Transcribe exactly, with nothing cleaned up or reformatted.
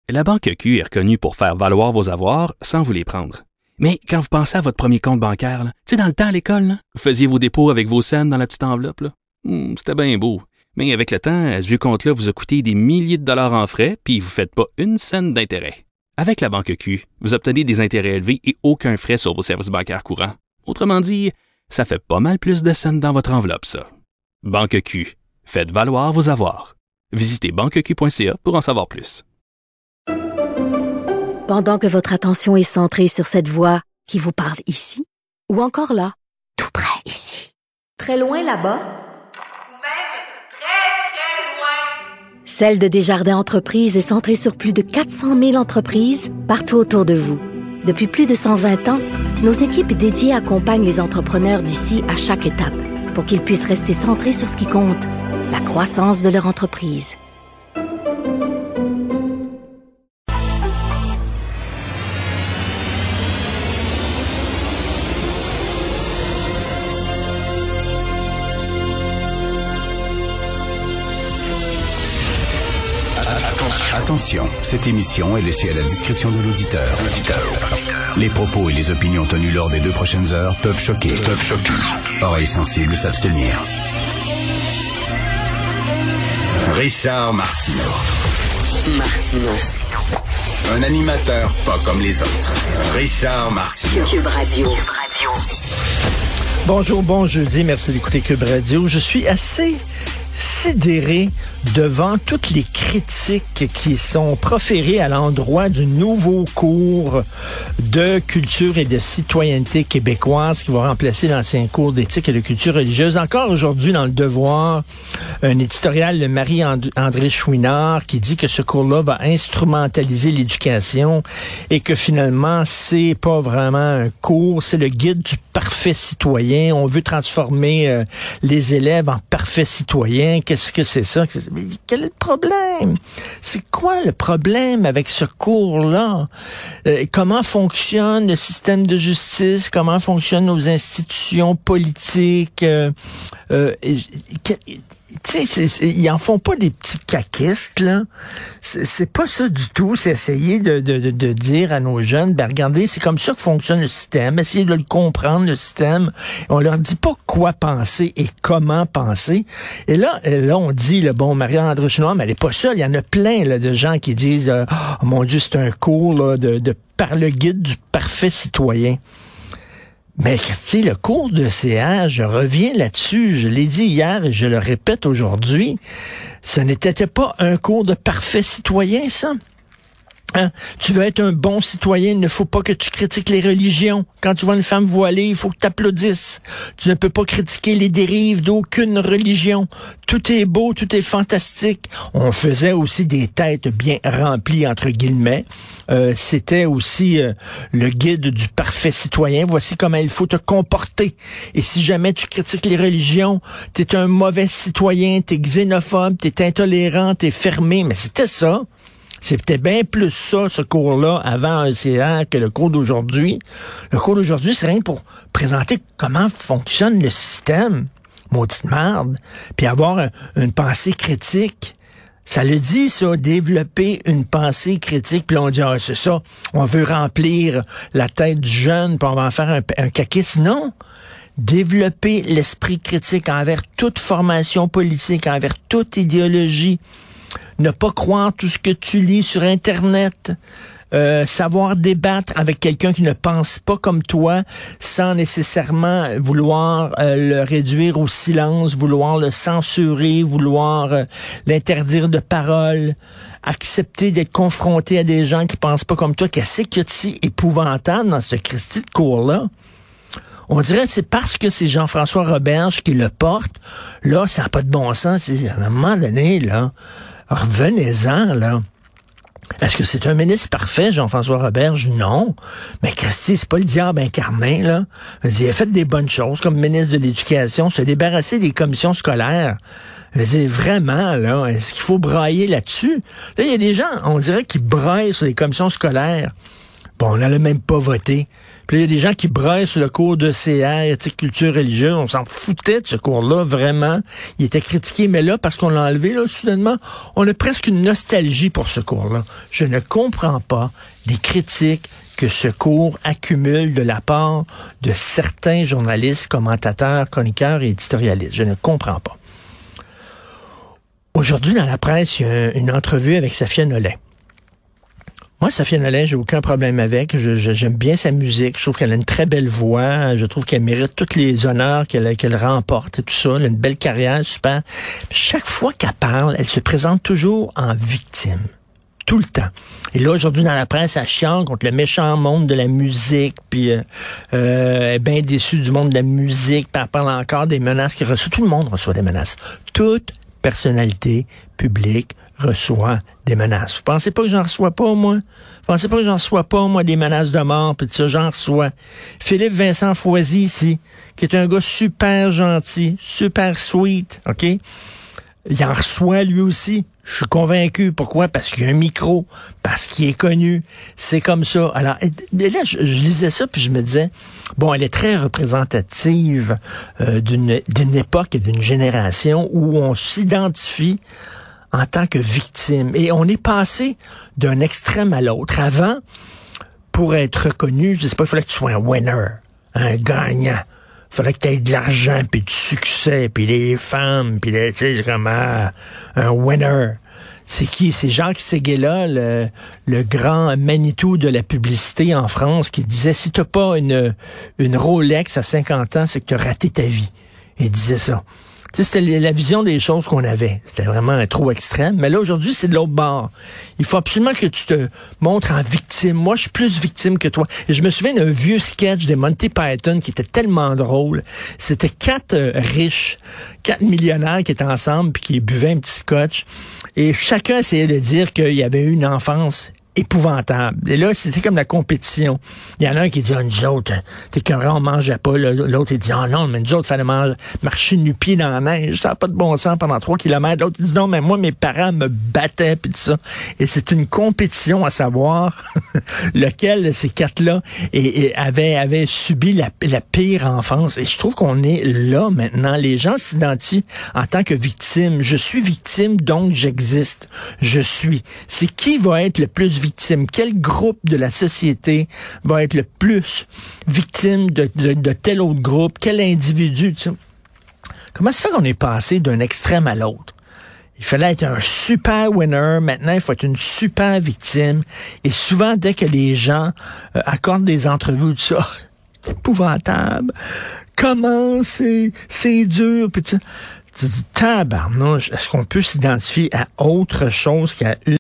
La Banque Q est reconnue pour faire valoir vos avoirs sans vous les prendre. Mais quand vous pensez à votre premier compte bancaire, tu sais, dans le temps à l'école, là, vous faisiez vos dépôts avec vos scènes dans la petite enveloppe. Là. Hum, c'était bien beau. Mais avec le temps, ce vieux compte-là vous a coûté des milliers de dollars en frais, puis vous ne faites pas une scène d'intérêt. Avec la Banque Q, vous obtenez des intérêts élevés et aucun frais sur vos services bancaires courants. Autrement dit, ça fait pas mal plus de scènes dans votre enveloppe, ça. Banque Q. Faites valoir vos avoirs. Visitez banque q point c a pour en savoir plus. Pendant que votre attention est centrée sur cette voix qui vous parle ici, ou encore là, tout près ici, très loin là-bas, ou même très, très loin, Celle de Desjardins Entreprises est centrée sur plus de quatre cent mille entreprises partout autour de vous. Depuis plus de cent vingt ans, nos équipes dédiées accompagnent les entrepreneurs d'ici à chaque étape pour qu'ils puissent rester centrés sur ce qui compte, la croissance de leur entreprise. Attention, cette émission est laissée à la discrétion de l'auditeur. Les propos et les opinions tenues lors des deux prochaines heures peuvent choquer. Peuvent choquer. Oreilles sensibles s'abstenir. Richard Martineau. Martineau. Un animateur pas comme les autres. Richard Martineau. Cube Radio. Bonjour, bon jeudi. Merci d'écouter Cube Radio. Je suis assez sidéré devant toutes les critiques qui sont proférées à l'endroit du nouveau cours de culture et de citoyenneté québécoise qui va remplacer l'ancien cours d'éthique et de culture religieuse. Encore aujourd'hui, dans Le Devoir, un éditorial de Marie-André Chouinard qui dit que ce cours-là va instrumentaliser l'éducation et que finalement, c'est pas vraiment un cours, c'est le guide du parfait citoyen. On veut transformer euh, les élèves en parfaits citoyens. Qu'est-ce que c'est ça? Mais quel est le problème? C'est quoi le problème avec ce cours-là? Euh, comment fonctionne le système de justice? Comment fonctionnent nos institutions politiques? Euh, euh, tu sais, ils en font pas des petits caquistes, là. C'est, c'est pas ça du tout. C'est essayer de, de, de, de dire à nos jeunes, ben regardez, c'est comme ça que fonctionne le système. Essayez de le comprendre, le système. On leur dit pas quoi penser et comment penser. Et là, là, on dit, le bon, Marie-André Chouinard, mais elle est pas seule. Il y en a plein, là, de gens qui disent, euh, oh mon Dieu, c'est un cours, là, de, de par le guide du parfait citoyen. Mais, tu sais, le cours de C A, je reviens là-dessus, je l'ai dit hier et je le répète aujourd'hui, ce n'était pas un cours de parfait citoyen, ça. Hein? Tu veux être un bon citoyen, il ne faut pas que tu critiques les religions. Quand tu vois une femme voilée, il faut que tu applaudisses. Tu ne peux pas critiquer les dérives d'aucune religion. Tout est beau, tout est fantastique. On faisait aussi des têtes bien remplies, entre guillemets. Euh, c'était aussi euh, le guide du parfait citoyen. Voici comment il faut te comporter. Et si jamais tu critiques les religions, t'es un mauvais citoyen, t'es xénophobe, t'es intolérant, t'es fermé. Mais c'était ça. C'était bien plus ça, ce cours-là, avant un C A que le cours d'aujourd'hui. Le cours d'aujourd'hui, c'est rien pour présenter comment fonctionne le système, maudite merde, puis avoir un, une pensée critique. Ça le dit, ça, développer une pensée critique. Puis là, on dit, ah, c'est ça, on veut remplir la tête du jeune, puis on va en faire un, un caquiste. Non! Développer l'esprit critique envers toute formation politique, envers toute idéologie. Ne pas croire tout ce que tu lis sur Internet. Euh, savoir débattre avec quelqu'un qui ne pense pas comme toi sans nécessairement vouloir euh, le réduire au silence, vouloir le censurer, vouloir euh, l'interdire de parole, accepter d'être confronté à des gens qui pensent pas comme toi. Qu'est-ce qu'il y a de si épouvantable dans ce Christi de cours-là? On dirait que c'est parce que c'est Jean-François Roberge qui le porte. Là, ça n'a pas de bon sens. C'est, à un moment donné, là, revenez-en, là. Est-ce que c'est un ministre parfait, Jean-François Roberge? Non. Mais Christy, c'est pas le diable incarné, là. Il a fait des bonnes choses comme ministre de l'Éducation, se débarrasser des commissions scolaires. Je veux dire, vraiment, là, est-ce qu'il faut brailler là-dessus? Là, il y a des gens, on dirait, qui braillent sur les commissions scolaires. Bon, on n'allait même pas voter. Puis il y a des gens qui braillent sur le cours de C R, éthique, culture religieuse. On s'en foutait de ce cours-là, vraiment. Il était critiqué, mais là, parce qu'on l'a enlevé, là, soudainement, on a presque une nostalgie pour ce cours-là. Je ne comprends pas les critiques que ce cours accumule de la part de certains journalistes, commentateurs, chroniqueurs et éditorialistes. Je ne comprends pas. Aujourd'hui, dans la presse, il y a une entrevue avec Safia Nolin. Moi, Safia Nolin, j'ai aucun problème avec. Je, je, j'aime bien sa musique. Je trouve qu'elle a une très belle voix. Je trouve qu'elle mérite tous les honneurs qu'elle, qu'elle remporte et tout ça. Elle a une belle carrière, super. Chaque fois qu'elle parle, elle se présente toujours en victime. Tout le temps. Et là, aujourd'hui, dans la presse, elle chiale contre le méchant monde de la musique, puis euh, euh, elle est bien déçue du monde de la musique, puis elle parle encore des menaces qu'elle reçoit. Tout le monde reçoit des menaces. Toute personnalité publique reçoit des menaces. Vous pensez pas que j'en reçois pas, moi? Vous pensez pas que j'en reçois pas, moi, des menaces de mort, puis tout ça, j'en reçois. Philippe Vincent Foisy, ici, qui est un gars super gentil, super sweet, OK? Il en reçoit lui aussi. Je suis convaincu. Pourquoi? Parce qu'il y a un micro, parce qu'il est connu. C'est comme ça. Alors, et, et là, je, je lisais ça, puis je me disais, bon, elle est très représentative euh, d'une, d'une époque et d'une génération où on s'identifie en tant que victime. Et on est passé d'un extrême à l'autre. Avant, pour être reconnu, je sais pas, il fallait que tu sois un winner, un gagnant. Il fallait que tu aies de l'argent, puis du succès, puis des femmes, puis tu sais, c'est comme ah, un winner. C'est qui? C'est Jacques Séguéla, le, le grand Manitou de la publicité en France, qui disait, si t'as pas une, une Rolex à cinquante ans, c'est que t'as raté ta vie. Il disait ça. Tu sais, c'était la vision des choses qu'on avait. C'était vraiment trop extrême. Mais là, aujourd'hui, c'est de l'autre bord. Il faut absolument que tu te montres en victime. Moi, je suis plus victime que toi. Et je me souviens d'un vieux sketch de Monty Python qui était tellement drôle. C'était quatre euh, riches, quatre millionnaires qui étaient ensemble puis qui buvaient un petit scotch. Et chacun essayait de dire qu'il y avait eu une enfance épouvantable. Et là, c'était comme la compétition. Il y en a un qui dit, ah, nous autres, t'es qu'on mangeait pas. L'autre, il dit, ah non, mais nous autres, fallait manger, marcher nu-pied dans la neige. Ça n'a pas de bon sens pendant trois kilomètres. L'autre, il dit, non, mais moi, mes parents me battaient, puis tout ça. Et c'est une compétition à savoir lequel de ces quatre-là et, et avait, avait subi la, la pire enfance. Et je trouve qu'on est là maintenant. Les gens s'identifient en tant que victime. Je suis victime, donc j'existe. Je suis. C'est qui va être le plus victime? Quel groupe de la société va être le plus victime de, de, de tel autre groupe? Quel individu? Tu sais? Comment ça fait qu'on est passé d'un extrême à l'autre? Il fallait être un super winner. Maintenant, il faut être une super victime. Et souvent, dès que les gens euh, accordent des entrevues, tout ça, c'est épouvantable. Comment c'est, c'est dur. Puis tu dis, tabarnouche, est-ce qu'on peut s'identifier à autre chose qu'à une